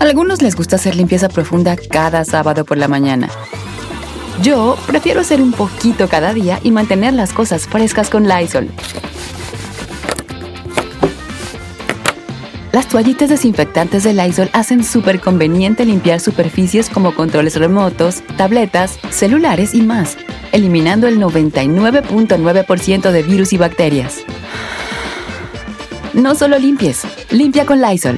A algunos les gusta hacer limpieza profunda cada sábado por la mañana. Yo prefiero hacer un poquito cada día y mantener las cosas frescas con Lysol. Las toallitas desinfectantes de Lysol hacen súper conveniente limpiar superficies como controles remotos, tabletas, celulares y más, eliminando el 99.9% de virus y bacterias. No solo limpies, limpia con Lysol.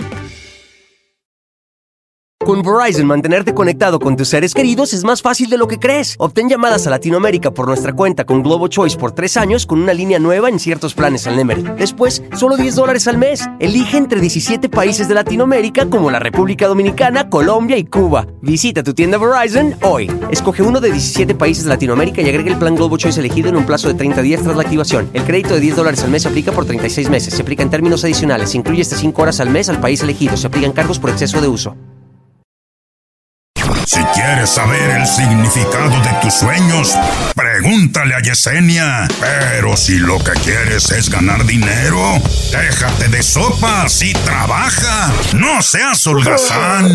Con Verizon, mantenerte conectado con tus seres queridos es más fácil de lo que crees. Obtén llamadas a Latinoamérica por nuestra cuenta con Globo Choice por 3 años con una línea nueva en ciertos planes al Nemery. Después, solo $10 al mes. Elige entre 17 países de Latinoamérica como la República Dominicana, Colombia y Cuba. Visita tu tienda Verizon hoy. Escoge uno de 17 países de Latinoamérica y agrega el plan Globo Choice elegido en un plazo de 30 días tras la activación. El crédito de $10 al mes se aplica por 36 meses. Se aplica en términos adicionales. Se incluye hasta 5 horas al mes al país elegido. Se aplican cargos por exceso de uso. Si quieres saber el significado de tus sueños, pregúntale a Yesenia. Pero si lo que quieres es ganar dinero, déjate de sopas y trabaja. No seas holgazán.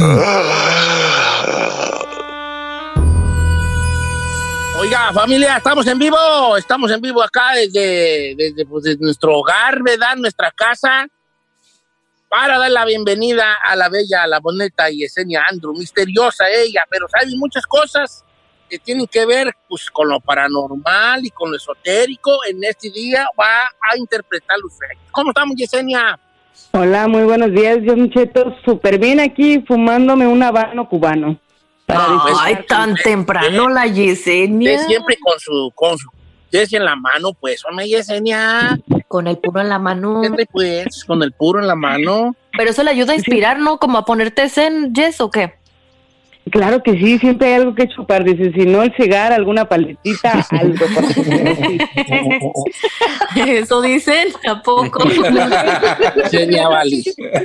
Oiga, familia, estamos en vivo acá desde nuestro hogar, ¿verdad? Nuestra casa, para dar la bienvenida a la bella, a la bonita Yesenia Andrew. Misteriosa ella, pero sabe muchas cosas que tienen que ver pues, con lo paranormal y con lo esotérico. En este día va a interpretar los sueños. ¿Cómo estamos, Yesenia? Hola, muy buenos días, John Cheto. Súper bien aquí, fumándome un habano cubano. Ay, tan temprano la Yesenia. Usted siempre con su Yesenia en la mano, pues, hombre, Yesenia. Con el puro en la mano. Siempre, pues, con el puro en la mano. Pero eso le ayuda a inspirar, ¿no? Como a ponerte zen, Jess, ¿o qué? Claro que sí, siempre hay algo que chupar. Dice, si no el cigarro, alguna paletita, algo. Eso dicen, ¿a poco? Yesenia, vale.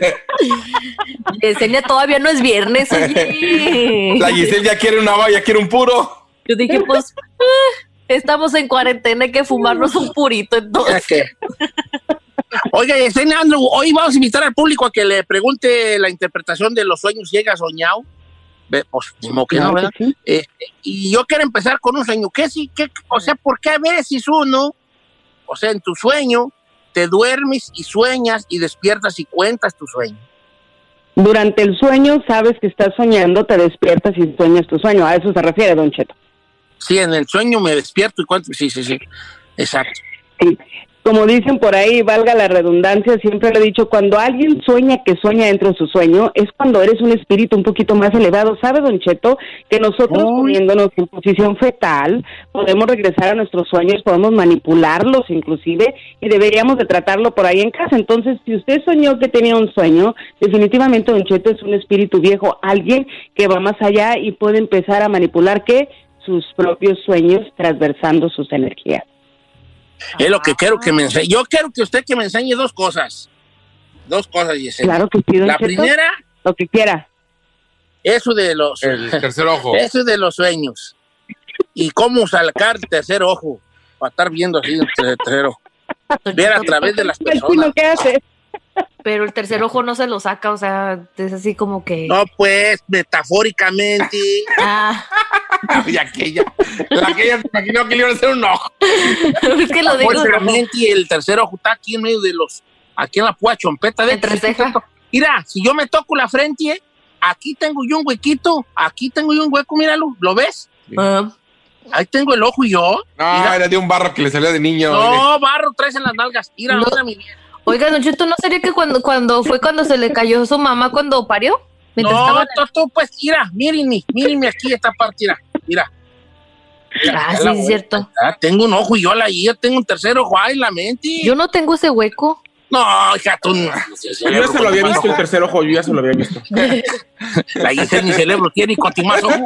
Yesenia, todavía no es viernes, oye. La Yesenia quiere una valla, quiere un puro. Yo dije, pues, estamos en cuarentena, hay que fumarnos un purito, entonces. Okay. Oiga, Yesenia Andrew, hoy vamos a invitar al público a que le pregunte la interpretación de los sueños llega soñado. Pues, como que no, ¿verdad? Sí. Y yo quiero empezar con un sueño. O sea, ¿por qué a veces uno, o sea, en tu sueño, te duermes y sueñas y despiertas y cuentas tu sueño? Durante el sueño sabes que estás soñando, te despiertas y sueñas tu sueño. A eso se refiere, Don Cheto. Sí, en el sueño me despierto y cuento. Sí. Exacto. Sí. Como dicen por ahí, valga la redundancia, siempre le he dicho, cuando alguien sueña que sueña dentro de su sueño, es cuando eres un espíritu un poquito más elevado. ¿Sabe, Don Cheto? Que nosotros poniéndonos en posición fetal, podemos regresar a nuestros sueños, podemos manipularlos inclusive, y deberíamos de tratarlo por ahí en casa. Entonces, si usted soñó que tenía un sueño, definitivamente Don Cheto es un espíritu viejo, alguien que va más allá y puede empezar a manipular, ¿qué? Sus propios sueños, transversando sus energías. Es lo que quiero que me enseñe. Yo quiero que usted me enseñe dos cosas. Yesenia. Claro que sí, Don La Cheto. primera, lo que quiera. Eso de los... El tercer ojo. Eso de los sueños. Y cómo sacar el tercer ojo. Para estar viendo así el tercer ojo. Ver a través de las personas. ¿Qué hace? Pero el tercer ojo no se lo saca, o sea, es así como que... No, pues, metafóricamente. Y aquella se imaginó que le iban a hacer un ojo. Es que lo digo. Y el tercer ojo está aquí en medio de aquí en la púa chompeta. Entre ceja. Mira, si yo me toco la frente, aquí tengo yo un huequito, aquí tengo yo un hueco, míralo, ¿lo ves? Sí. Ahí tengo el ojo y yo. No, mira. Era de un barro que le salió de niño. No, barro traes en las nalgas. Mira, no. Mi bien. Oiga, Don Cheto, ¿no sería que cuando se le cayó su mamá cuando parió? No, tú, pues, mírenme aquí esta parte, mira. Sí, es cierto. Tengo un ojo y yo tengo un tercer ojo ahí en la mente. Yo no tengo ese hueco. No, hija, tú no. Yo ya se lo había visto el tercer ojo, yo ya se lo había visto. La Giselle, mi cerebro tiene y más ojo.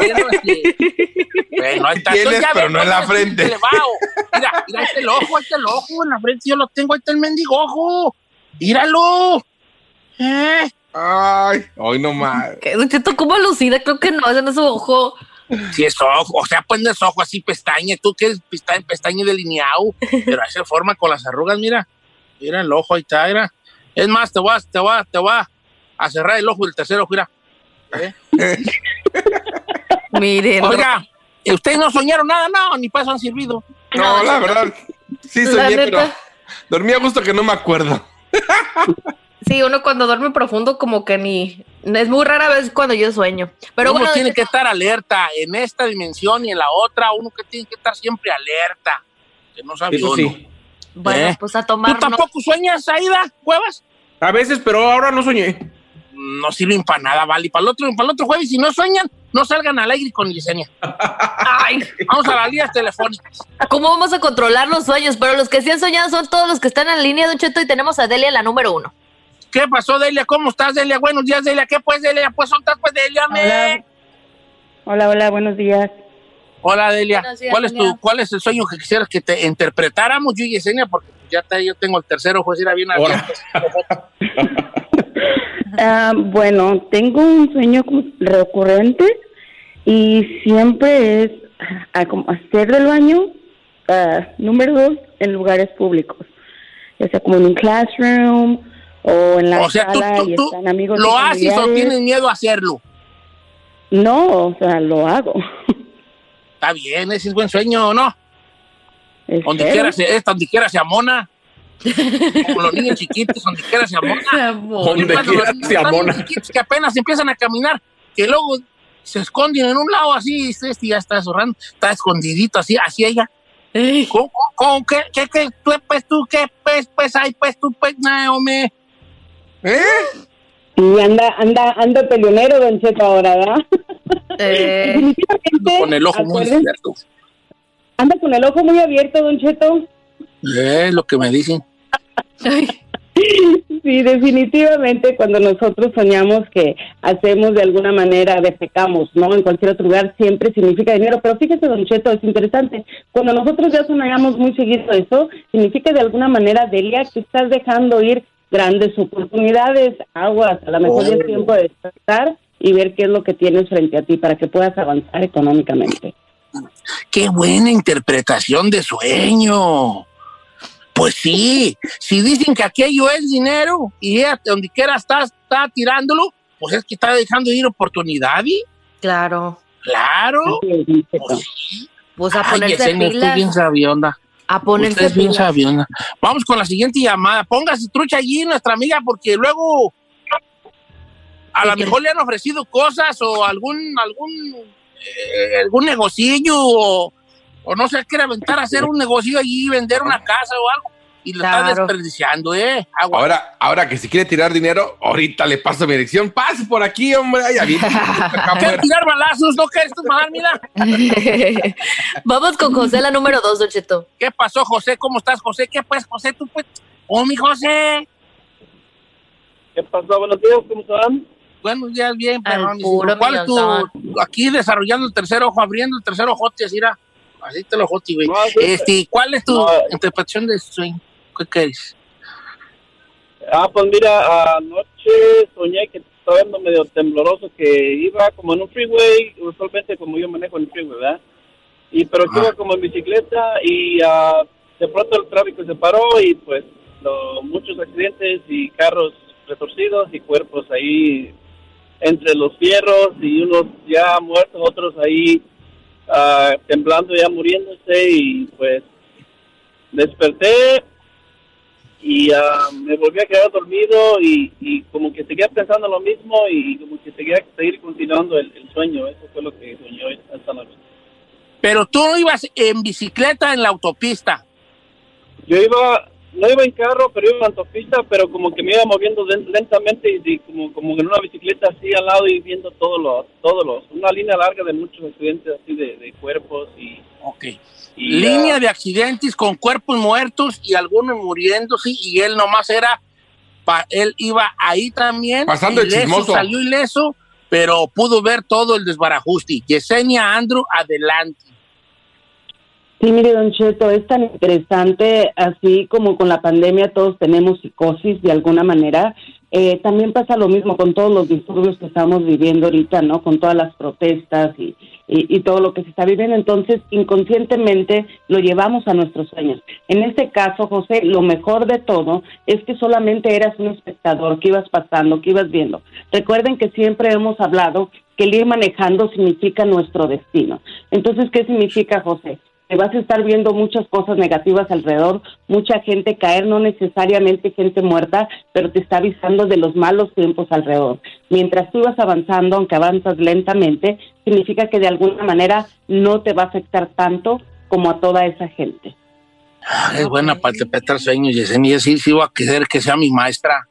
Bueno, ahí está. Tienes, pero no en la frente. Mira, ahí está el ojo, en la frente yo lo tengo, ahí está el mendigo ojo. Míralo. Ay, hoy nomás. Don Cheto, ¿cómo alucina? Creo que no, ese no es su ojo. Sí, es ojo, o sea, pues no es ojo así, pestaña, tú que eres pestaña delineado, pero hace forma con las arrugas, mira el ojo, ahí está, mira. Es más, te voy a cerrar el ojo del tercer ojo, mira. Miren. Oiga, ¿ustedes no soñaron nada? No, ni para eso han servido. No, la verdad, sí soñé, pero dormí a gusto que no me acuerdo. Sí, uno cuando duerme profundo como que ni... Es muy rara vez cuando yo sueño. Pero uno bueno, tiene que estar alerta en esta dimensión y en la otra. Uno que tiene que estar siempre alerta. Que no sabe Eso uno. sí. Bueno, pues a tomar... ¿Tú tampoco sueñas, Aida, Cuevas? A veces, pero ahora no soñé. No sirven para nada, vale. Para el otro jueves, si no sueñan, no salgan al aire con Yesenia. Ay, Vamos a las líneas telefónicas. ¿cómo vamos a controlar los sueños? Pero los que sí han soñado son todos los que están en línea, Don Cheto, y tenemos a Delia, la número 1. ¿Qué pasó, Delia? ¿Cómo estás, Delia? Buenos días, Delia. ¿Qué pues, Delia? Pues, ¿dónde estás, pues, Delia? Hola, buenos días. Hola, Delia. Buenos días, Delia. ¿Cuál es el sueño que quisieras que te interpretáramos yo y Yesenia? Porque yo tengo el tercero, pues era bien abierto. Bueno, tengo un sueño recurrente y siempre es como hacer del baño número 2 en lugares públicos, ya sea como en un classroom o en la sala y están amigos. ¿Lo haces o tienes miedo a hacerlo? No, o sea, lo hago. Está bien, ese es buen sueño, ¿no? Donde quiera se amona. Como los niños chiquitos, donde quiera se amona. Donde quiera se amona. Chiquitos que apenas empiezan a caminar, que luego se esconden en un lado así, y ya está zorrando, está escondidito así ella. ¿Cómo qué, tú, Naomi? Y anda peleonero, Don Cheto, ahora, ¿verdad? Definitivamente. Con el ojo muy abierto. Anda con el ojo muy abierto, Don Cheto. Es lo que me dicen. Sí, definitivamente cuando nosotros soñamos que hacemos de alguna manera, defecamos, ¿no? En cualquier otro lugar siempre significa dinero, pero fíjese, Don Cheto, es interesante. Cuando nosotros ya soñamos muy seguido eso, significa de alguna manera, Delia, que estás dejando ir grandes oportunidades, aguas, a lo mejor ya es tiempo de despertar y ver qué es lo que tienes frente a ti para que puedas avanzar económicamente. ¡Qué buena interpretación de sueño! Pues sí, si dicen que aquello es dinero y ella, donde quiera está tirándolo, pues es que está dejando ir oportunidad. Claro. Pues a ponerse pilas. Bien sabionda. A ponerse bien sabionda. Vamos con la siguiente llamada. Póngase trucha allí, nuestra amiga, porque luego a lo mejor le han ofrecido cosas o algún negocillo o no sé, quiere aventar a hacer un negocio allí, vender una casa o algo, y lo está desperdiciando, Ahora que si quiere tirar dinero, ahorita le paso mi dirección. Pase por aquí, hombre. ¿Quieres tirar balazos? ¿No quieres tomar, mira? Vamos con José, la número 2, Don Cheto. ¿Qué pasó, José? ¿Cómo estás, José? ¿Qué pues, José? Tú pues. Oh, mi José. ¿Qué pasó? Buenos días, ¿cómo están? Buenos días, bien, perrón. ¿Cuál es aquí desarrollando el tercer ojo, abriendo el tercer ojote, así era. Así te lo joti, güey. ¿Cuál es tu interpretación de sueño? ¿Qué quieres? Pues mira, anoche soñé que estaba viendo medio tembloroso, que iba como en un freeway, usualmente como yo manejo en el freeway, ¿verdad? Pero que iba como en bicicleta y de pronto el tráfico se paró y pues muchos accidentes y carros retorcidos y cuerpos ahí entre los fierros y unos ya muertos, otros ahí temblando, ya muriéndose, y pues desperté y me volví a quedar dormido y como que seguía pensando lo mismo y como que seguir continuando el sueño. Eso fue lo que soñé esta noche. Pero tú no ibas en bicicleta en la autopista. Yo no iba en carro, pero iba en autopista, pero como que me iba moviendo lentamente y como en una bicicleta así al lado y viendo una línea larga de muchos accidentes así de cuerpos y... Okay. Línea de accidentes con cuerpos muertos y algunos muriéndose, y él nomás él iba ahí también. Pasando el chismoso. Salió ileso, pero pudo ver todo el desbarajuste. Yesenia, Andrew, adelante. Sí, mire, Don Cheto, es tan interesante, así como con la pandemia todos tenemos psicosis de alguna manera, también pasa lo mismo con todos los disturbios que estamos viviendo ahorita, ¿no? Con todas las protestas y y todo lo que se está viviendo. Entonces, inconscientemente lo llevamos a nuestros sueños. En este caso, José, lo mejor de todo es que solamente eras un espectador, que ibas pasando, que ibas viendo. Recuerden que siempre hemos hablado que el ir manejando significa nuestro destino. Entonces, ¿qué significa, José? Te vas a estar viendo muchas cosas negativas alrededor, mucha gente caer, no necesariamente gente muerta, pero te está avisando de los malos tiempos alrededor. Mientras tú vas avanzando, aunque avanzas lentamente, significa que de alguna manera no te va a afectar tanto como a toda esa gente. Es buena para interpretar sueños, Yesenia. Sí voy a querer que sea mi maestra.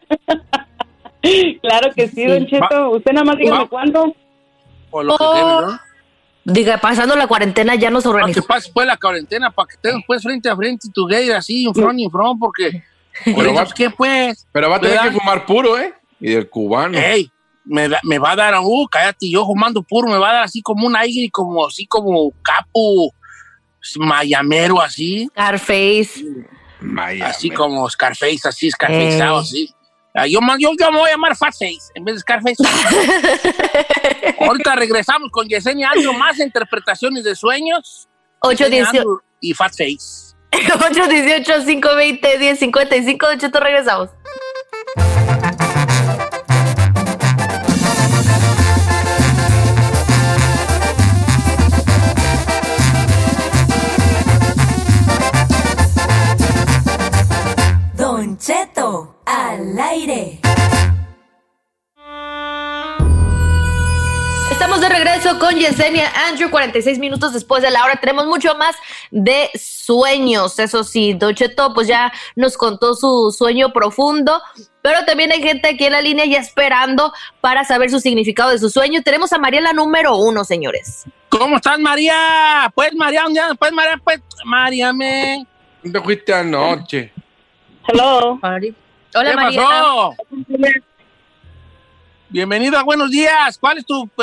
Claro que sí, Don Cheto. Usted nada más dígame cuándo. Por lo que debe, ¿no? Diga, pasando la cuarentena ya nos organizamos. Para que pase pues la cuarentena, para que estén pues frente a frente, together, así, in front, porque... ¿Qué pues? Pero va a tener que fumar puro, ¿eh? Y del cubano. Ey, me va a dar, cállate, yo fumando puro, me va a dar así como un aire, así como capo, mayamero, así. Scarface. Así como Scarface, así, Scarfaceado, así. Yo me voy a llamar Fatface en vez de Scarface. Ahorita regresamos con Yesenia Andrew, más interpretaciones de sueños. 818 y Fatface. 818-520-1055. Don Cheto, regresamos. Don Cheto al aire. Estamos de regreso con Yesenia Andrew, 46 minutos después de la hora. Tenemos mucho más de sueños. Eso sí, Don Cheto pues ya nos contó su sueño profundo, pero también hay gente aquí en la línea ya esperando para saber su significado de su sueño. Tenemos a María, la número 1, señores. ¿Cómo estás, María? Pues, María, un día después, María, me... ¿Dónde fuiste anoche? Hello. Hola, ¿Qué María. pasó? Bienvenido a Buenos Días. ¿Cuál es tu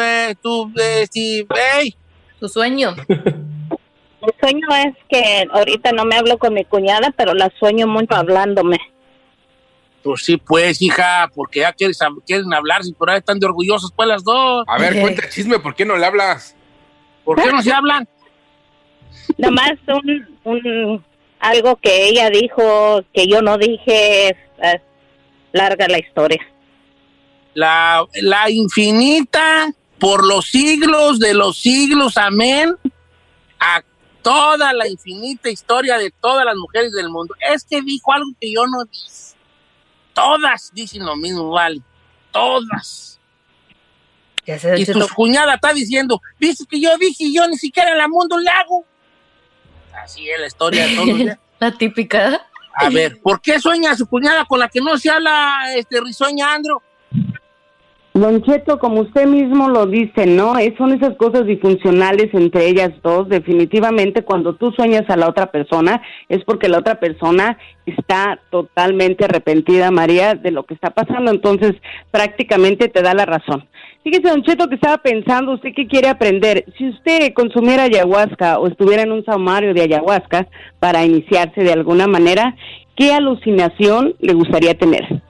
sueño? Mi sueño es que ahorita no me hablo con mi cuñada, pero la sueño mucho hablándome. Pues sí, pues, hija, porque ya quieren hablar, si por ahí están de orgullosos, pues las dos. A ver, cuenta el chisme, ¿por qué no le hablas? ¿Por qué no se hablan? Nada más algo que ella dijo, que yo no dije, es larga la historia. La infinita, por los siglos de los siglos, amén, a toda la infinita historia de todas las mujeres del mundo. Es que dijo algo que yo no dije. Todas dicen lo mismo, vale. Todas. Ya sé, y tu cuñada está diciendo, dice que yo dije y yo ni siquiera en la mundo le hago. Así es la historia de todos. La típica. A ver, ¿por qué sueña su cuñada con la que no se habla risueña, Andrew? Don Cheto, como usted mismo lo dice, ¿no? Son esas cosas disfuncionales entre ellas dos. Definitivamente, cuando tú sueñas a la otra persona, es porque la otra persona está totalmente arrepentida, María, de lo que está pasando. Entonces, prácticamente te da la razón. Fíjese, Don Cheto, que estaba pensando, ¿usted qué quiere aprender? Si usted consumiera ayahuasca o estuviera en un saumario de ayahuasca para iniciarse de alguna manera, ¿qué alucinación le gustaría tener?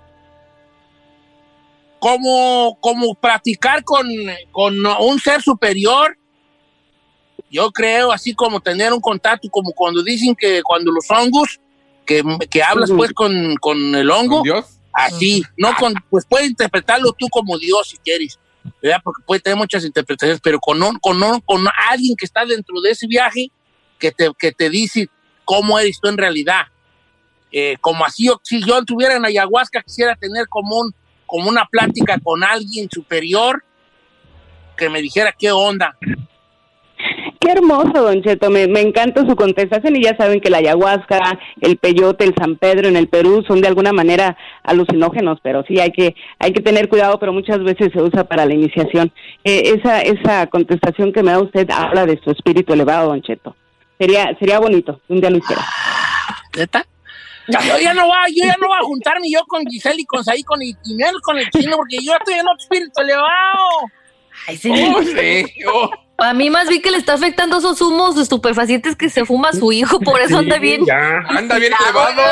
Como practicar con un ser superior, yo creo, así como tener un contacto, como cuando dicen que cuando los hongos, que hablas pues con el hongo, ¿con Dios? Así, pues puedes interpretarlo tú como Dios si quieres, ¿verdad? Porque puede tener muchas interpretaciones, pero con alguien que está dentro de ese viaje, que te dice cómo eres tú en realidad. Como así, si yo estuviera en ayahuasca, quisiera tener como una plática con alguien superior que me dijera qué onda. Qué hermoso, Don Cheto, me encanta su contestación y ya saben que la ayahuasca, el peyote, el San Pedro en el Perú son de alguna manera alucinógenos, pero sí hay que tener cuidado, pero muchas veces se usa para la iniciación. Esa contestación que me da usted habla de su espíritu elevado, Don Cheto. Sería bonito, un día lo hiciera. ¿Neta? Yo ya no voy a juntarme yo con Giselle y con Saí y menos con el chino, porque yo estoy en otro espíritu elevado. Ay, sí. A mí más vi que le está afectando esos humos estupefacientes que se fuma su hijo, por eso anda bien. Anda bien elevado.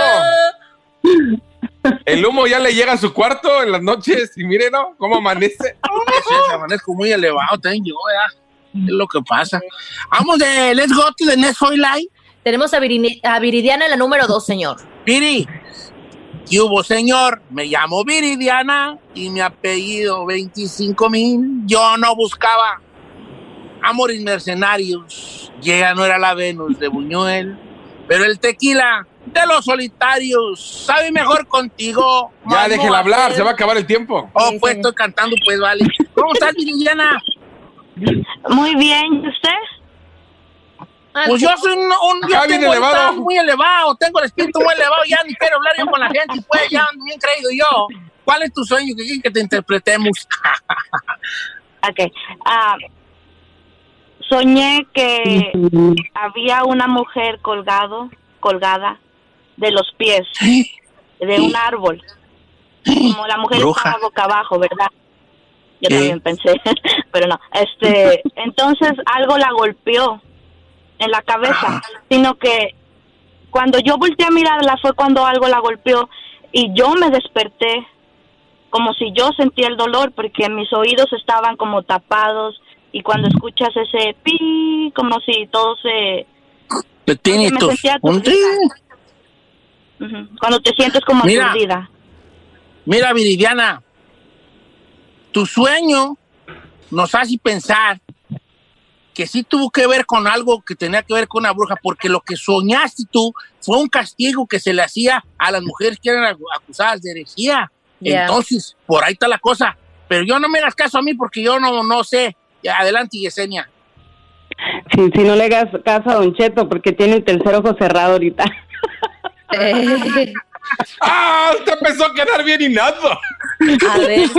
El humo ya le llega a su cuarto en las noches y mire, ¿no? ¿Cómo amanece? Sí, amanezco muy elevado también yo, ¿verdad? Es lo que pasa. Vamos de Let's Go to the Next Phone Line. Tenemos a Viridiana en la número 2, señor. Viri, ¿qué hubo, señor? Me llamo Viridiana y mi apellido 25,000. Yo no buscaba amores mercenarios. Ya no era la Venus de Buñuel, pero el tequila de los solitarios sabe mejor contigo. Ya déjela hablar, se va a acabar el tiempo. Oh, pues estoy cantando, pues vale. ¿Cómo estás, Viridiana? Muy bien, ¿y usted? Pues yo soy yo tengo elevado. Muy elevado, tengo el espíritu muy elevado, ya ni quiero hablar yo con la gente, y pues ya ando bien creído yo. ¿Cuál es tu sueño que te interpretemos? Ok. Soñé que había una mujer colgada de los pies de un árbol. Como la mujer estaba boca abajo, ¿verdad? Yo también pensé, pero no. Entonces algo la golpeó en la cabeza, sino que cuando yo volteé a mirarla fue cuando algo la golpeó y yo me desperté como si yo sentía el dolor porque mis oídos estaban como tapados y cuando escuchas ese pi, como si todo se... me sentía cuando te sientes como aturdida. Mira, Viridiana, tu sueño nos hace pensar que sí tuvo que ver con algo que tenía que ver con una bruja, porque lo que soñaste tú fue un castigo que se le hacía a las mujeres que eran acusadas de herejía. Yeah. Entonces, por ahí está la cosa. Pero yo no me hagas caso a mí porque yo no sé. Adelante, Yesenia. Sí, si no le hagas caso a Don Cheto porque tiene el tercer ojo cerrado ahorita. Usted empezó a quedar bien innato. A ver.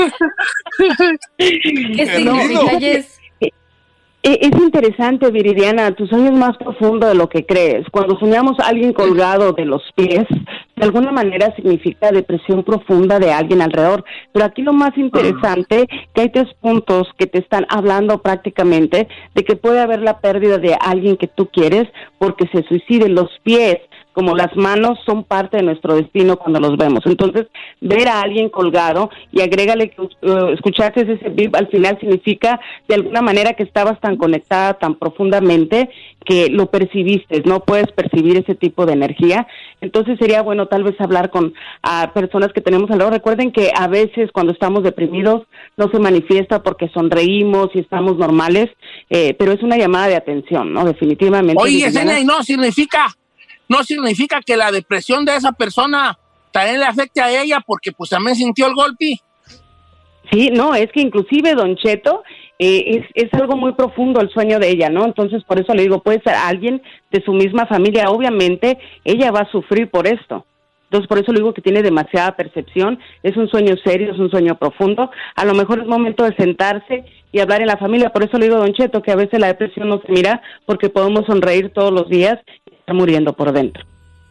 ¿Qué significa, Yes? Es interesante, Viridiana, tu sueño es más profundo de lo que crees. Cuando soñamos a alguien colgado de los pies, de alguna manera significa depresión profunda de alguien alrededor. Pero aquí lo más interesante, que hay 3 puntos que te están hablando prácticamente de que puede haber la pérdida de alguien que tú quieres porque se suicide. Los pies, como las manos, son parte de nuestro destino cuando los vemos. Entonces, ver a alguien colgado y agrégale que escuchaste ese bip, al final significa de alguna manera que estabas tan conectada, tan profundamente, que lo percibiste, no puedes percibir ese tipo de energía. Entonces sería bueno tal vez hablar con personas que tenemos alrededor. Recuerden que a veces cuando estamos deprimidos no se manifiesta porque sonreímos y estamos normales, pero es una llamada de atención, ¿no? Definitivamente. Oye, Yesenia, y no significa que la depresión de esa persona también le afecte a ella porque pues también sintió el golpe. Sí, no, es que inclusive Don Cheto es algo muy profundo el sueño de ella, ¿no? Entonces por eso le digo, puede ser alguien de su misma familia, obviamente ella va a sufrir por esto. Entonces por eso le digo que tiene demasiada percepción, es un sueño serio, es un sueño profundo, a lo mejor es momento de sentarse y hablar en la familia, por eso le digo, Don Cheto, que a veces la depresión no se mira porque podemos sonreír todos los días y estar muriendo por dentro.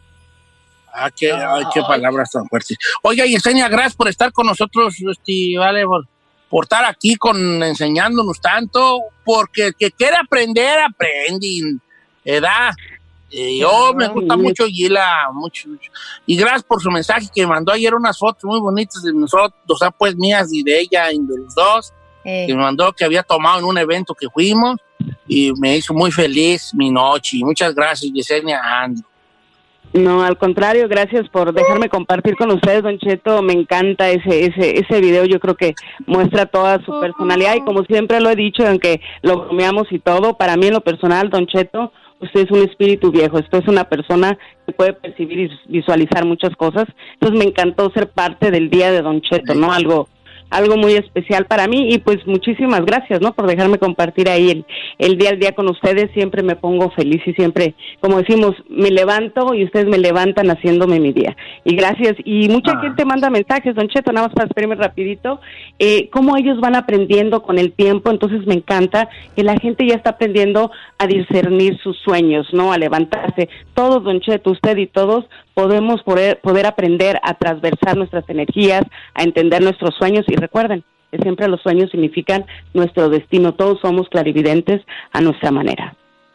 Qué palabras tan fuertes. Oiga, Yesenia, gracias por estar con nosotros, vale, por estar aquí enseñándonos tanto, porque el que quiere aprender, aprende, ¿verdad? Yo me gusta mucho Gila, mucho. Y gracias por su mensaje que me mandó ayer, unas fotos muy bonitas de nosotros, pues mías y de ella y de los dos, que me mandó que había tomado en un evento que fuimos y me hizo muy feliz mi noche. Y muchas gracias, Yesenia Andrew. No, al contrario, gracias por dejarme compartir con ustedes, Don Cheto. Me encanta ese video, yo creo que muestra toda su personalidad y como siempre lo he dicho, aunque lo bromeamos y todo, para mí en lo personal, Don Cheto, usted es un espíritu viejo, usted es una persona que puede percibir y visualizar muchas cosas. Entonces me encantó ser parte del día de Don Cheto, ¿no? Algo muy especial para mí y pues muchísimas gracias, ¿no? Por dejarme compartir ahí el día al día con ustedes. Siempre me pongo feliz y siempre, como decimos, me levanto y ustedes me levantan haciéndome mi día. Y gracias. Y mucha gente manda mensajes, Don Cheto, nada más para esperarme rapidito, cómo ellos van aprendiendo con el tiempo. Entonces me encanta que la gente ya está aprendiendo a discernir sus sueños, ¿no? A levantarse. Todos, Don Cheto, usted y todos podemos poder aprender a transversar nuestras energías, a entender nuestros sueños y recuerden que siempre los sueños significan nuestro destino, todos somos clarividentes a nuestra manera.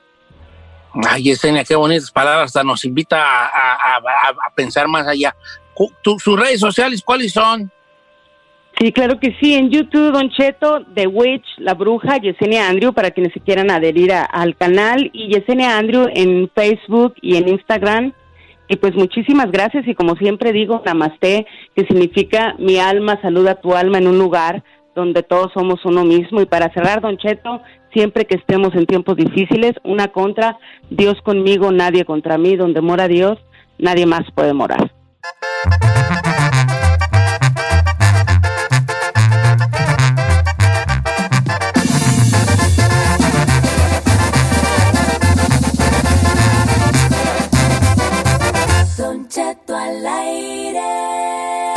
Ay, Yesenia, qué bonitas palabras, hasta nos invita a pensar más allá. ¿Sus redes sociales cuáles son? Sí, claro que sí. En YouTube, Don Cheto, The Witch, La Bruja, Yesenia Andrew, para quienes se quieran adherir al canal. Y Yesenia Andrew en Facebook y en Instagram. Y pues muchísimas gracias. Y como siempre digo, Namaste, que significa mi alma saluda a tu alma en un lugar donde todos somos uno mismo. Y para cerrar, Don Cheto, siempre que estemos en tiempos difíciles, una contra, Dios conmigo, nadie contra mí. Donde mora Dios, nadie más puede morar. Don Cheto al aire.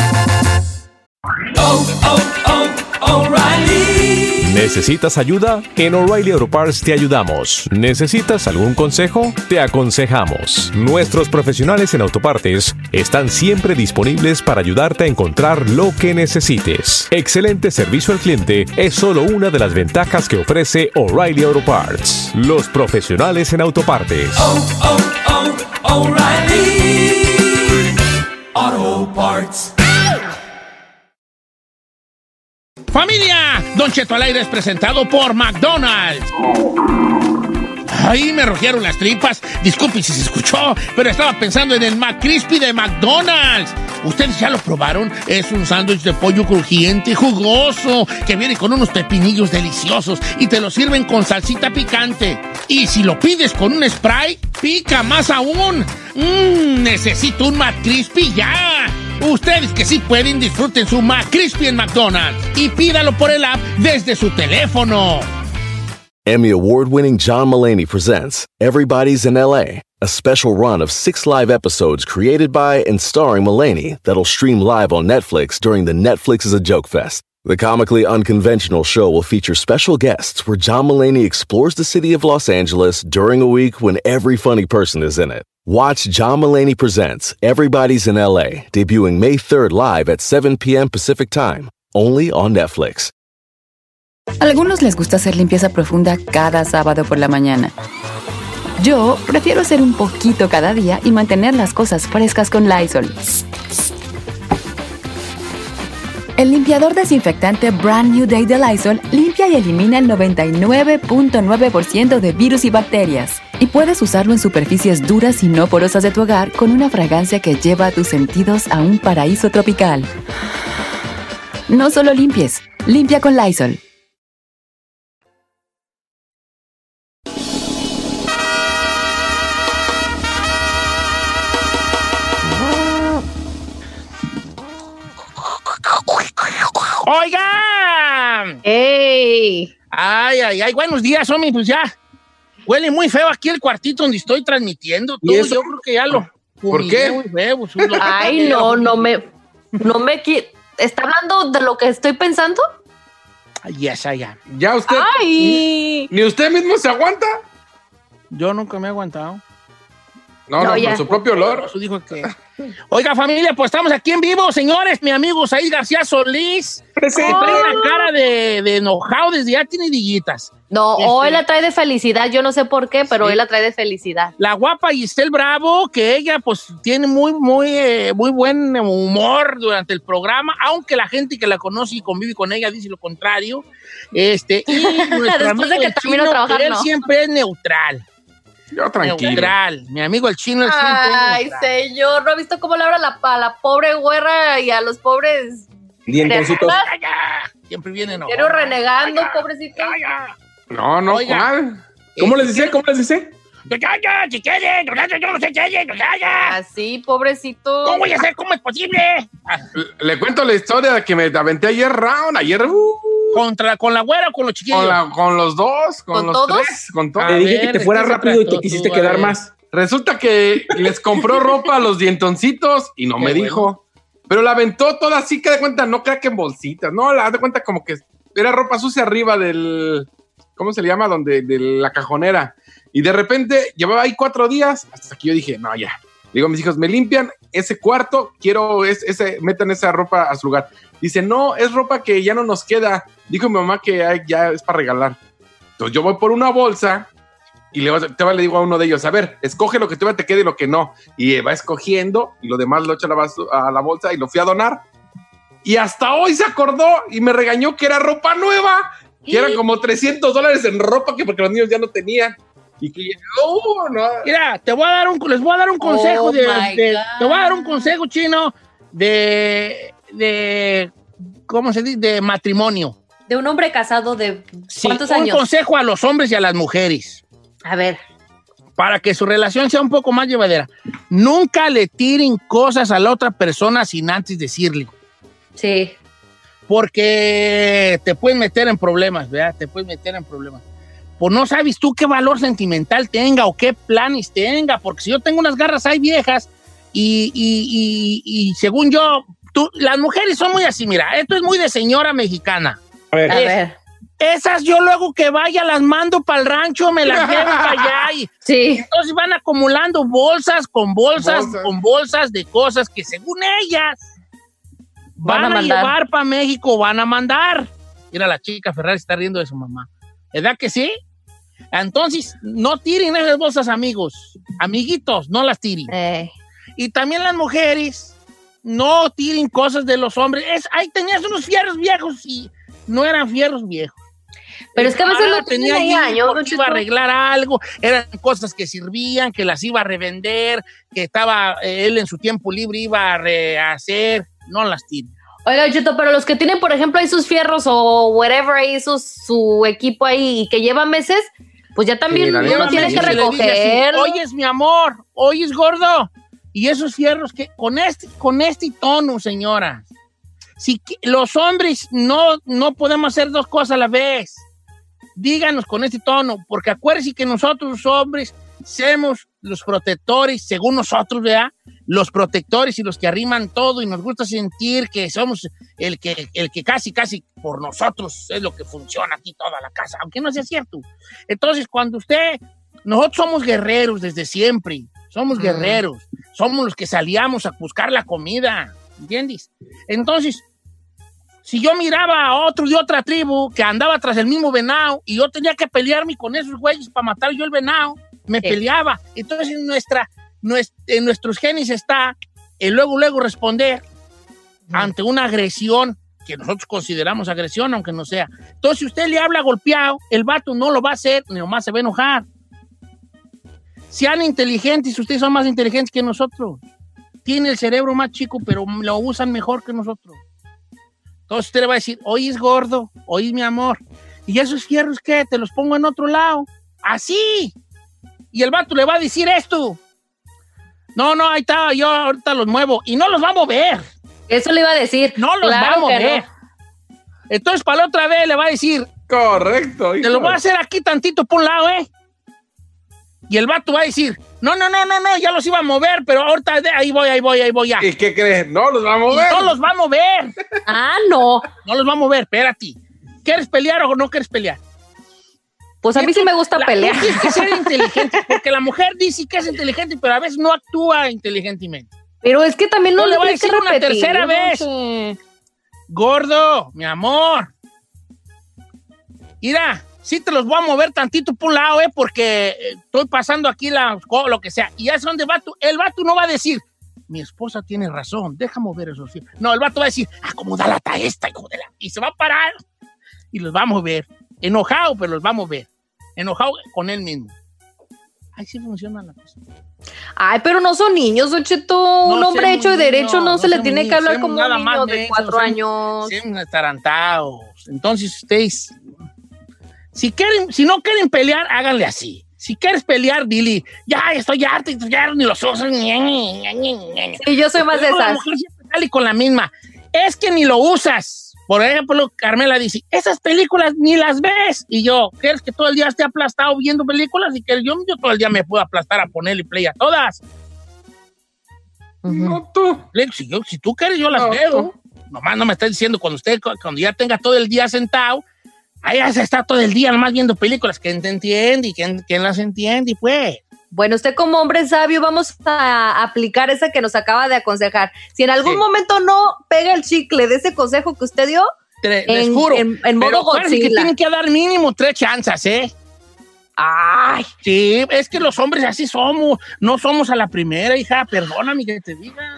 O'Reilly. ¿Necesitas ayuda? En O'Reilly Auto Parts te ayudamos. ¿Necesitas algún consejo? Te aconsejamos. Nuestros profesionales en autopartes están siempre disponibles para ayudarte a encontrar lo que necesites. Excelente servicio al cliente es solo una de las ventajas que ofrece O'Reilly Auto Parts. Los profesionales en autopartes. O'Reilly Auto Parts. ¡Familia! Don Cheto al aire es presentado por McDonald's. Ay, me rugieron las tripas. Disculpe si se escuchó, pero estaba pensando en el McCrispy de McDonald's. ¿Ustedes ya lo probaron? Es un sándwich de pollo crujiente y jugoso que viene con unos pepinillos deliciosos y te lo sirven con salsita picante. Y si lo pides con un Sprite, pica más aún. Necesito un McCrispy ya. Ustedes que sí pueden, disfruten su McCrispy en McDonald's y pídalo por el app desde su teléfono. Emmy award-winning John Mulaney presents Everybody's in L.A., a special run of 6 live episodes created by and starring Mulaney that'll stream live on Netflix during the Netflix is a Joke Fest. The comically unconventional show will feature special guests where John Mulaney explores the city of Los Angeles during a week when every funny person is in it. Watch John Mulaney Presents Everybody's in L.A., debuting May 3rd live at 7 p.m. Pacific Time, only on Netflix. A algunos les gusta hacer limpieza profunda cada sábado por la mañana. Yo prefiero hacer un poquito cada día y mantener las cosas frescas con Lysol. El limpiador desinfectante Brand New Day de Lysol limpia y elimina el 99.9% de virus y bacterias. Y puedes usarlo en superficies duras y no porosas de tu hogar con una fragancia que lleva a tus sentidos a un paraíso tropical. No solo limpies, limpia con Lysol. ¡Oigan! ¡Ey! Ay, buenos días, homie, pues ya. Huele muy feo aquí el cuartito donde estoy transmitiendo. Todo, yo creo que ya lo... ¿Por qué? Muy feo, Ay, no me... ¿Está hablando de lo que estoy pensando? Ay, ya. ¿Ya usted? ¡Ay! ¿Ni usted mismo se aguanta? Yo nunca me he aguantado. No, por su propio olor. Eso dijo que... Oiga, familia, pues estamos aquí en vivo, señores. Mi amigo Said García Solís. Presente. Trae una cara de enojado desde ya tiene diguitas. No, hoy la trae de felicidad. Yo no sé por qué, pero hoy la trae de felicidad. La guapa Giselle Bravo, que ella pues tiene muy buen humor durante el programa, aunque la gente que la conoce y convive con ella dice lo contrario. Y después de que termino de trabajar, él siempre es neutral. Yo tranquilo. Neutral. Mi amigo el chino es siempre Ay, señor, ¿no ha visto cómo le habla a la pobre güera y a los pobres dientoncitos? Siempre viene enojado. Quiero renegando, pobrecito. No, ¿cuál? ¿Cómo les dice? Así, pobrecito. ¿Cómo voy a hacer? ¿Cómo es posible? Le cuento la historia de que me aventé ayer. ¿Con la güera o con los chiquillos? Con los dos, con los todos? tres, con todos. Te dije que te fuera rápido y te quisiste quedar más. Resulta que les compró ropa a los dientoncitos y no me dijo. Pero la aventó toda así, que de cuenta, no crea que en bolsitas, no, la de cuenta como que era ropa sucia arriba del, ¿cómo se le llama? De la cajonera. Y de repente llevaba ahí 4 días, hasta que yo dije, no, ya. Digo a mis hijos, me limpian ese cuarto, metan esa ropa a su lugar. Dice, no, es ropa que ya no nos queda. Dijo mi mamá que ya es para regalar. Entonces yo voy por una bolsa y le digo a uno de ellos, a ver, escoge lo que te quede y lo que no. Y va escogiendo y lo demás lo echa a la bolsa y lo fui a donar. Y hasta hoy se acordó y me regañó que era ropa nueva, que eran como $300 en ropa que porque los niños ya no tenían. Y que no. Mira, les voy a dar un consejo te voy a dar un consejo, Chino, de ¿cómo se dice? De matrimonio. De un hombre casado de ¿cuántos años? Un consejo a los hombres y a las mujeres. A ver. Para que su relación sea un poco más llevadera. Nunca le tiren cosas a la otra persona sin antes decirle. Sí. Porque te puedes meter en problemas, ¿verdad? Te puedes meter en problemas. Pues no sabes tú qué valor sentimental tenga o qué planes tenga. Porque si yo tengo unas garras ahí viejas y según yo, las mujeres son muy así, mira, esto es muy de señora mexicana. A ver. Esas yo luego que vaya las mando para el rancho, me las llevo para allá. Sí. Entonces van acumulando bolsas con bolsas de cosas que según ellas van a llevar para México, van a mandar. Mira, la chica Ferrari está riendo de su mamá. ¿Verdad que sí? Entonces, no tiren esas bolsas, amigos. Amiguitos, no las tiren. Y también las mujeres, no tiren cosas de los hombres. Ahí tenías unos fierros viejos y no eran fierros viejos. Pero es que a veces no tenía años, iba a arreglar algo, eran cosas que servían, que las iba a revender, que estaba él en su tiempo libre iba a rehacer, no las tiene. Oiga, Cheto, pero los que tienen, por ejemplo, ahí sus fierros o whatever, ahí su equipo ahí y que llevan meses, pues ya también uno tiene que recoger. Oyes, mi amor, oyes, gordo, y esos fierros que con este tono, señora. Si los hombres no podemos hacer dos cosas a la vez, díganos con este tono, porque acuérdense que nosotros los hombres somos los protectores, según nosotros, ¿verdad? Los protectores y los que arriman todo y nos gusta sentir que somos el que casi por nosotros es lo que funciona aquí toda la casa, aunque no sea cierto. Entonces, nosotros somos guerreros desde siempre, somos guerreros, somos los que salíamos a buscar la comida, ¿entiendes? Entonces, si yo miraba a otro de otra tribu que andaba tras el mismo venado y yo tenía que pelearme con esos güeyes para matar yo el venado, me peleaba. Entonces en nuestros genes está el luego responder ante una agresión que nosotros consideramos agresión, aunque no sea. Entonces, si usted le habla golpeado, el vato no lo va a hacer, ni nomás se va a enojar. Sean inteligentes, ustedes son más inteligentes que nosotros. Tienen el cerebro más chico, pero lo usan mejor que nosotros. Entonces usted le va a decir, oye, es gordo, oye, mi amor. ¿Y esos fierros qué? Te los pongo en otro lado. Así. Y el vato le va a decir esto. No, ahí está, yo ahorita los muevo. Y no los va a mover. Eso le iba a decir. No los va a mover. No. Entonces, para la otra vez le va a decir. Correcto. Te lo voy a hacer aquí tantito por un lado, Y el vato va a decir, no, ya los iba a mover, pero ahorita ahí voy ya. ¿Y qué crees? No los va a mover. No los va a mover. No. No los va a mover, espérate. ¿Quieres pelear o no quieres pelear? Pues a mí sí me gusta pelear. Tienes que ser inteligente, porque la mujer dice que es inteligente, pero a veces no actúa inteligentemente. Pero es que también no le voy a decir repetir, una tercera vez. Gordo, mi amor. Mira, sí te los voy a mover tantito por un lado, porque estoy pasando aquí lo que sea. Y ya es donde el vato no va a decir, mi esposa tiene razón, deja mover esos fierros. No, el vato va a decir, acomoda la esta, hijo de la... Y se va a parar y los va a mover. Enojado, pero los va a mover. Enojado con él mismo. Ahí sí funciona la cosa. Ay, pero no son niños, Don Cheto. Un hombre hecho y derecho no se le tiene que hablar como un niño de 4 años. Son atarantados. Entonces ustedes... Si no quieren pelear, háganle así. Si quieres pelear, dile, ya estoy harto, ni los ojos. Sí, yo soy más de esas. La mujer siempre sale con la misma. Es que ni lo usas. Por ejemplo, Carmela dice, esas películas ni las ves. Y yo, ¿quieres que todo el día esté aplastado viendo películas? Y que yo todo el día me puedo aplastar a ponerle play a todas. No tú. Si tú quieres, yo las veo. Nomás no me estás diciendo cuando ya tenga todo el día sentado, ahí se está todo el día nomás viendo películas. ¿Quién te entiende? ¿Y quién las entiende? Pues. Bueno, usted como hombre sabio, vamos a aplicar esa que nos acaba de aconsejar. Si en algún momento no pega el chicle de ese consejo que usted dio, les juro. En modo Godzilla. Que tienen que dar mínimo 3 chances, Ay. Sí, es que los hombres así somos. No somos a la primera, hija. Perdóname que te diga.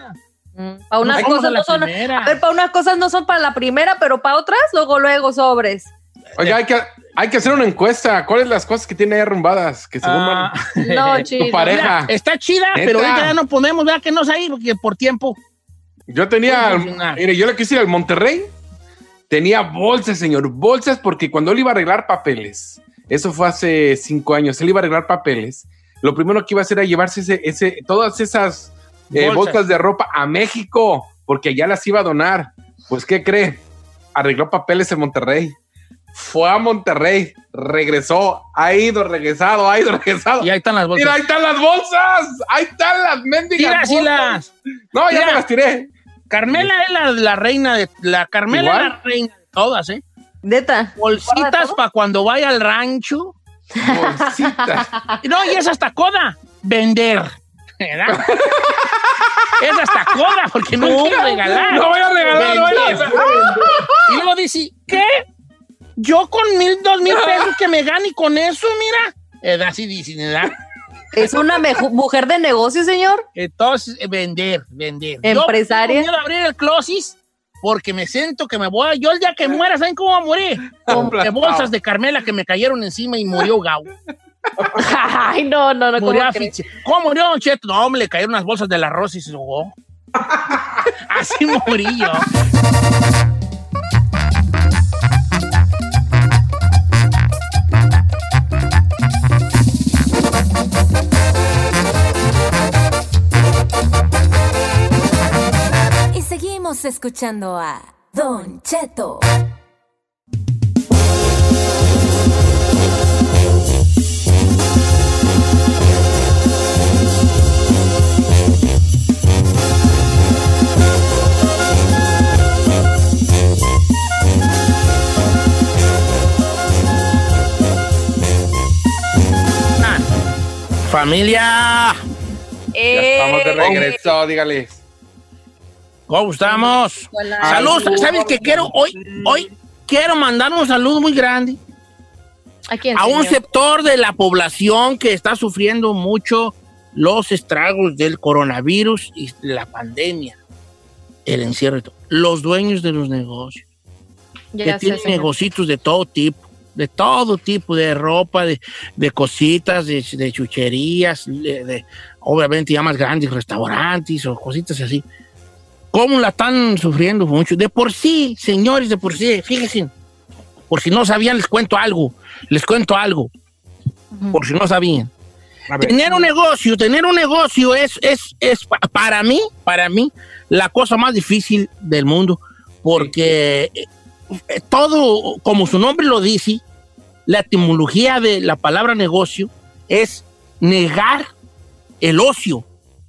Para unas cosas no son. A ver, para unas cosas no son para la primera, pero para otras, luego sobres. Oiga, hay que hacer una encuesta. ¿Cuáles las cosas que tiene ahí arrumbadas? Que según no, chido. Tu pareja. Mira, está chida, pero ahorita ya no podemos, ¿verdad? Que no sé ahí, porque por tiempo. Yo tenía, mire, yo le quise ir al Monterrey. Tenía bolsas, señor, bolsas, porque cuando él iba a arreglar papeles, eso fue hace 5 años, él iba a arreglar papeles, lo primero que iba a hacer era llevarse todas esas bolsas de ropa a México, porque ya las iba a donar. Pues, ¿qué cree? Arregló papeles en Monterrey. Fue a Monterrey, regresó, ha ido, regresado. Y ahí están las bolsas. Mira, ahí están las bolsas, ahí están las mendigas bolsas. No, ya me las tiré. Carmela es la reina de... Carmela ¿igual? Es la reina de todas, ¿eh? Neta. Bolsitas para cuando vaya al rancho. Bolsitas. No, y es hasta coda. Vender. ¿Verdad? Es hasta coda, porque no quiero regalar. No voy a regalar, no voy a regalar. Y luego dice, ¿qué? Yo con 1,000, 2,000 pesos que me gane con eso, mira. Así dice, ¿verdad? Es una mujer de negocio, señor. Entonces, vender. Empresaria. Yo quiero abrir el closet porque me siento que me voy a... Yo el día que muera, ¿saben cómo voy a morir? Con bolsas de Carmela que me cayeron encima y murió Gau. Ay, no. Murió ¿Cómo murió, Don Cheto? No, me le cayeron unas bolsas del arroz y se ahogó. Así morí yo. Seguimos escuchando a Don Cheto. Familia. Ya estamos de regreso, dígale. ¿Cómo estamos? Saludos. ¿Sabes qué quiero? Hoy quiero mandar un saludo muy grande a un sector de la población que está sufriendo mucho los estragos del coronavirus y la pandemia, el encierro y todo. Los dueños de los negocios. Que tienen negocios de todo tipo, de ropa, de cositas, de chucherías, obviamente ya más grandes restaurantes o cositas así. ¿Cómo la están sufriendo mucho? De por sí, señores, fíjense, por si no sabían, les cuento algo, por si no sabían. Tener un negocio es para mí, la cosa más difícil del mundo, porque todo, como su nombre lo dice, la etimología de la palabra negocio es negar el ocio.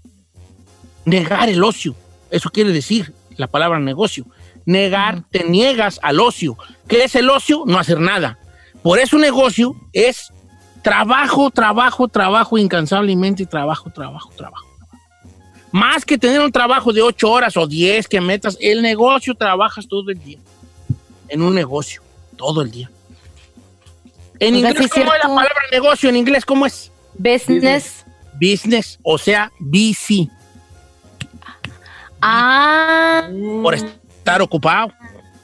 Eso quiere decir la palabra negocio. Te niegas al ocio. ¿Qué es el ocio? No hacer nada. Por eso negocio es trabajo, incansablemente, trabajo. Más que tener un trabajo de 8 horas o 10 que metas, el negocio trabajas todo el día. En un negocio, todo el día. En inglés, ¿cómo es la palabra negocio? En inglés, ¿cómo es? Business, o sea, busy. Por estar ocupado.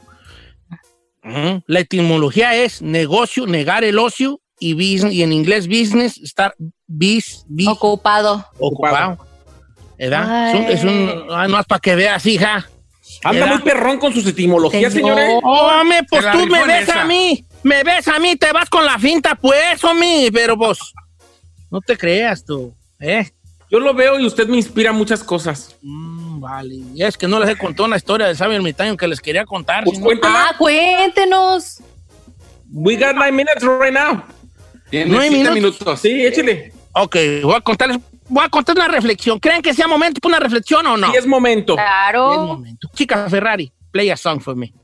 La etimología es negocio, negar el ocio, y en inglés business, estar ocupado. ¿Verdad? No es para que veas, hija. Anda muy perrón con sus etimologías, señores. Hombre, pues tú me ves a mí, te vas con la finta, pues, hombre, pero pues, no te creas tú, Yo lo veo y usted me inspira muchas cosas. Vale, y es que no les he contado una historia del sabio ermitaño que les quería contar. Pues cuéntenos. We got 9 minutes right now. 9 minutos. Sí, échale. Ok, voy a contar una reflexión. ¿Creen que sea momento para una reflexión o no? Sí, es momento. Claro. Es momento. Chica Ferrari, play a song for me.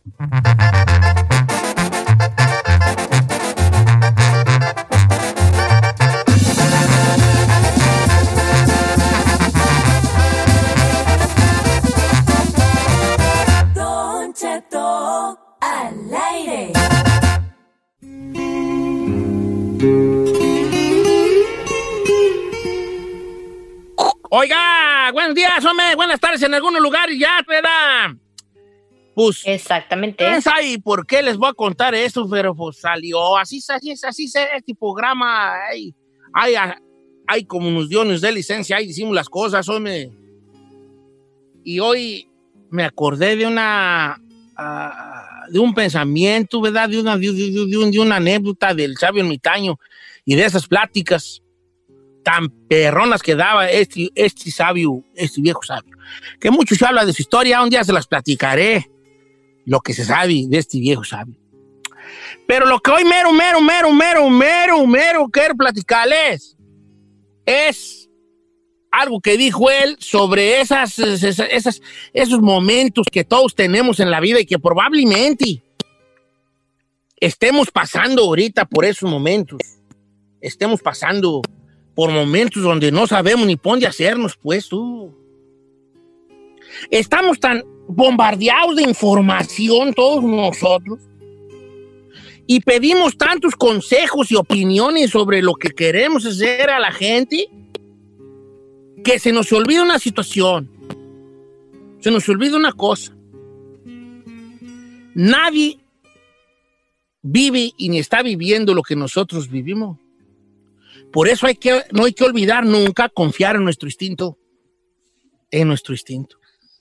Don Cheto al aire. Oiga, buenos días. días, hombre, buenas tardes en algunos lugares ya, ¿verdad? Pues, exactamente. No sé por qué les voy a contar eso, pero pues salió. Así es este programa. Hay como unos diones de licencia, ahí decimos las cosas, hombre. Y hoy me acordé de de un pensamiento, ¿verdad? De una anécdota del sabio ermitaño y de esas pláticas tan perronas que daba este viejo sabio. Que mucho se habla de su historia, un día se las platicaré, lo que se sabe de este viejo sabio. Pero lo que hoy mero quiero platicarles es algo que dijo él sobre esos momentos que todos tenemos en la vida y que probablemente estemos pasando ahorita por esos momentos. Estemos pasando por momentos donde no sabemos ni por dónde hacernos, pues tú. Estamos tan bombardeados de información todos nosotros y pedimos tantos consejos y opiniones sobre lo que queremos hacer a la gente que se nos olvida una situación, se nos olvida una cosa. Nadie vive y ni está viviendo lo que nosotros vivimos. Por eso no hay que olvidar nunca confiar en nuestro instinto. En nuestro instinto.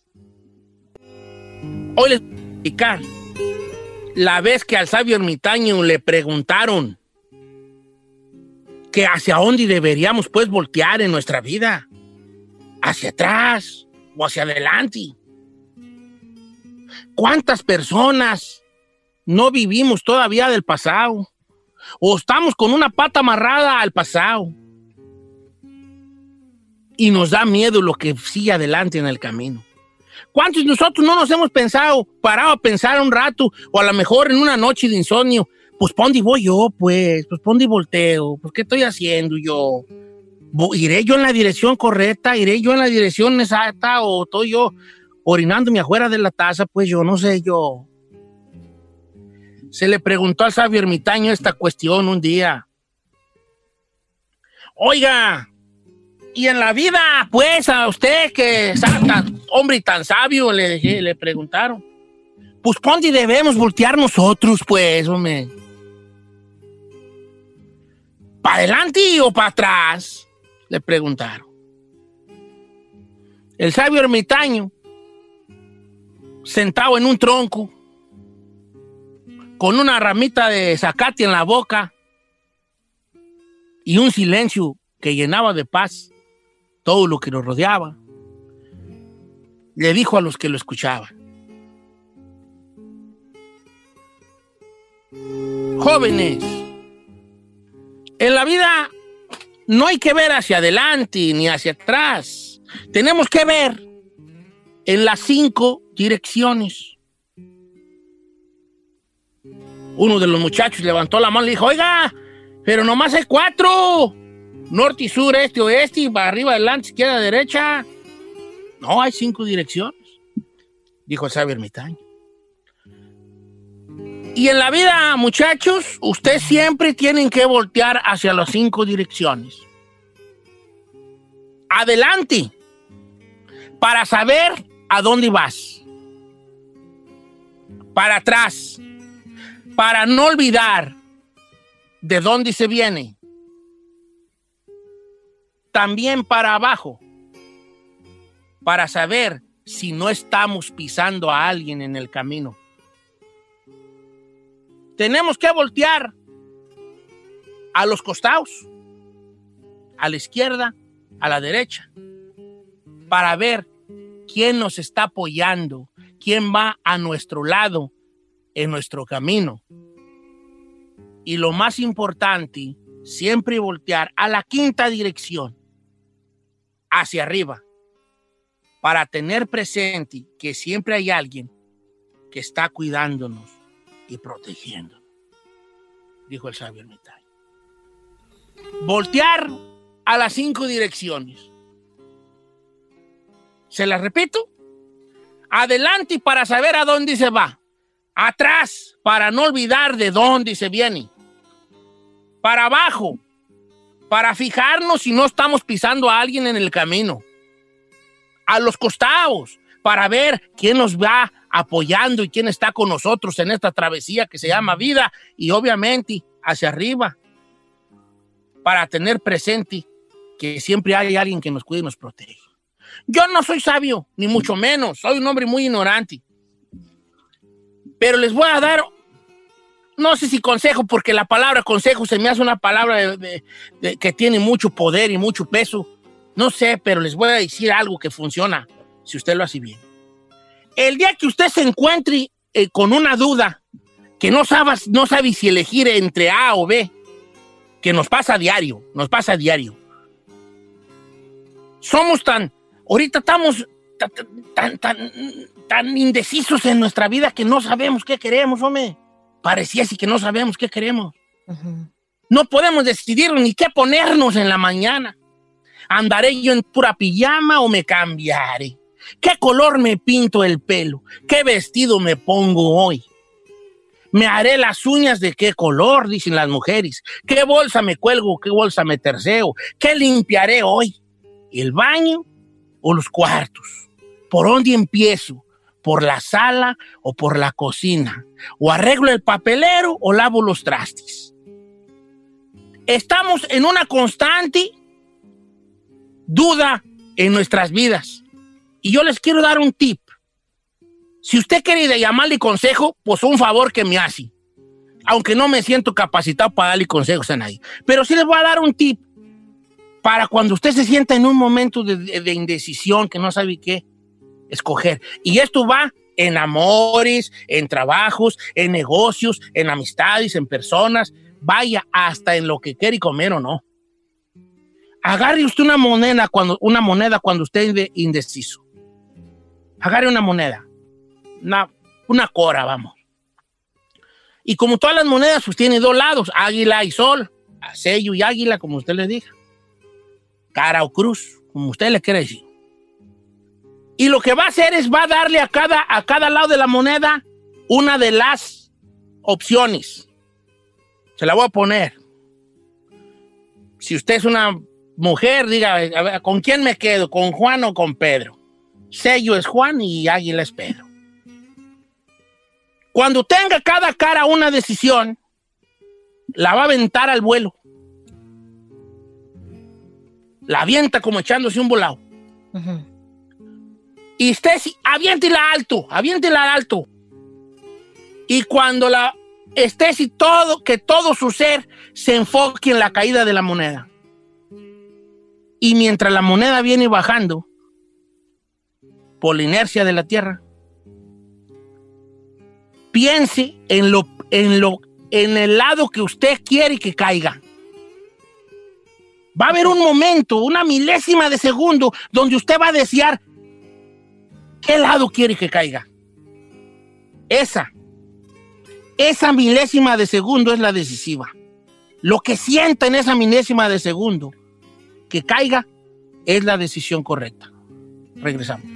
Hoy les voy a explicar la vez que al sabio ermitaño le preguntaron que hacia dónde deberíamos pues voltear en nuestra vida. ¿Hacia atrás o hacia adelante? ¿Cuántas personas no vivimos todavía del pasado? ¿O estamos con una pata amarrada al pasado? Y nos da miedo lo que sigue adelante en el camino. ¿Cuántos de nosotros no nos hemos parado a pensar un rato, o a lo mejor en una noche de insomnio, pues ¿pa' dónde voy yo, pues? Pues ¿pa' dónde volteo? Pues ¿qué estoy haciendo yo? ¿Iré yo en la dirección correcta? ¿Iré yo en la dirección exacta? ¿O estoy yo orinándome afuera de la taza? Pues yo no sé yo. Se le preguntó al sabio ermitaño esta cuestión un día. Oiga, y en la vida, pues, a usted que es hombre tan sabio, le preguntaron, pues, ¿pa' dónde debemos voltear nosotros, pues, hombre? ¿Para adelante o para atrás? Le preguntaron. El sabio ermitaño, sentado en un tronco, con una ramita de zacate en la boca y un silencio que llenaba de paz todo lo que nos rodeaba, le dijo a los que lo escuchaban: jóvenes, en la vida no hay que ver hacia adelante ni hacia atrás. Tenemos que ver en las 5 direcciones. Uno de los muchachos levantó la mano y le dijo: oiga, pero nomás hay 4. Norte y sur, este, oeste, y para arriba, adelante, izquierda, derecha. No, hay 5 direcciones, dijo el sabio ermitaño. Y en la vida, muchachos, ustedes siempre tienen que voltear hacia las 5 direcciones. Adelante, para saber a dónde vas. Para atrás, para no olvidar de dónde se viene. También para abajo, para saber si no estamos pisando a alguien en el camino. Tenemos que voltear a los costados, a la izquierda, a la derecha, para ver quién nos está apoyando, quién va a nuestro lado en nuestro camino. Y lo más importante, siempre voltear a la 5ª dirección, hacia arriba, para tener presente que siempre hay alguien que está cuidándonos y protegiéndonos, dijo el sabio ermitaño. Voltear a las 5 direcciones. ¿Se las repito? Adelante para saber a dónde se va. Atrás para no olvidar de dónde se viene. Para abajo para fijarnos si no estamos pisando a alguien en el camino. a los costados para ver quién nos va apoyando y quién está con nosotros en esta travesía que se llama vida, y obviamente hacia arriba para tener presente que siempre hay alguien que nos cuide y nos protege. Yo no soy sabio, ni mucho menos, soy un hombre muy ignorante, pero les voy a dar, no sé si consejo, porque la palabra consejo se me hace una palabra que tiene mucho poder y mucho peso. No sé, pero les voy a decir algo que funciona si usted lo hace bien. El día que usted se encuentre con una duda, que no sabe si elegir entre A o B, que nos pasa a diario. Ahorita estamos tan indecisos en nuestra vida que no sabemos qué queremos, hombre. Parecía así que no sabemos qué queremos. Uh-huh. No podemos decidir ni qué ponernos en la mañana. ¿Andaré yo en pura pijama o me cambiaré? ¿Qué color me pinto el pelo? ¿Qué vestido me pongo hoy? ¿Me haré las uñas de qué color? Dicen las mujeres. ¿Qué bolsa me cuelgo? ¿Qué bolsa me terceo? ¿Qué limpiaré hoy? ¿El baño o los cuartos? ¿Por dónde empiezo? ¿Por la sala o por la cocina? ¿O arreglo el papelero o lavo los trastes? Estamos en una constante duda en nuestras vidas. Y yo les quiero dar un tip. Si usted quiere llamarle consejo, pues un favor que me hace. Aunque no me siento capacitado para darle consejos a nadie. Pero sí les voy a dar un tip para cuando usted se sienta en un momento de indecisión, que no sabe qué escoger. Y esto va en amores, en trabajos, en negocios, en amistades, en personas. Vaya, hasta en lo que quiere comer o no. Agarre usted una moneda cuando usted es indeciso. Agarre una moneda. Una cora, vamos. Y como todas las monedas, pues tiene dos lados, águila y sol, sello y águila, como usted le diga. Cara o cruz, como usted le quiera decir. Y lo que va a hacer es, va a darle a cada lado de la moneda una de las opciones. Se la voy a poner. Si usted es una mujer, diga, a ver, ¿con quién me quedo? ¿Con Juan o con Pedro? Sello es Juan y águila es Pedro. Cuando tenga cada cara una decisión, la va a aventar al vuelo. La avienta como echándose un volado. Uh-huh. Y usted aviéntela alto. Y cuando que todo su ser se enfoque en la caída de la moneda. Y mientras la moneda viene bajando, por la inercia de la Tierra, piense en el lado que usted quiere que caiga. Va a haber un momento, una milésima de segundo, donde usted va a desear qué lado quiere que caiga. Esa milésima de segundo es la decisiva. Lo que sienta en esa milésima de segundo que caiga es la decisión correcta. Regresamos.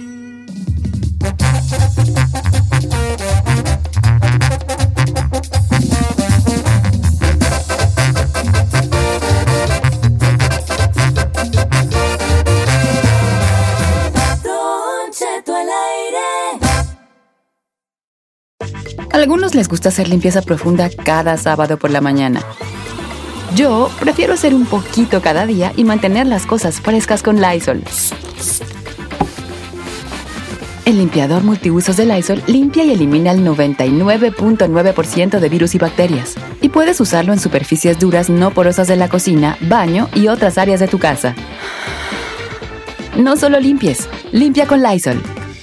A algunos les gusta hacer limpieza profunda cada sábado por la mañana. Yo prefiero hacer un poquito cada día y mantener las cosas frescas con Lysol. El limpiador multiusos de Lysol limpia y elimina el 99.9% de virus y bacterias. Y puedes usarlo en superficies duras no porosas de la cocina, baño y otras áreas de tu casa. No solo limpies, limpia con Lysol.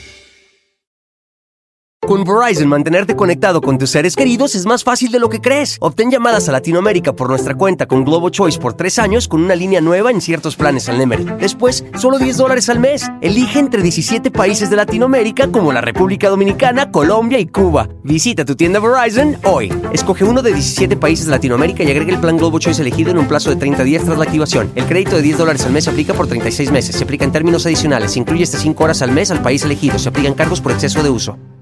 Con Verizon, mantenerte conectado con tus seres queridos es más fácil de lo que crees. Obtén llamadas a Latinoamérica por nuestra cuenta con Globo Choice por 3 años con una línea nueva en ciertos planes al Nemery. Después, solo $10 al mes. Elige entre 17 países de Latinoamérica como la República Dominicana, Colombia y Cuba. Visita tu tienda Verizon hoy. Escoge uno de 17 países de Latinoamérica y agrega el plan Globo Choice elegido en un plazo de 30 días tras la activación. El crédito de $10 al mes se aplica por 36 meses. Se aplica en términos adicionales. Se incluye hasta 5 horas al mes al país elegido. Se aplican cargos por exceso de uso.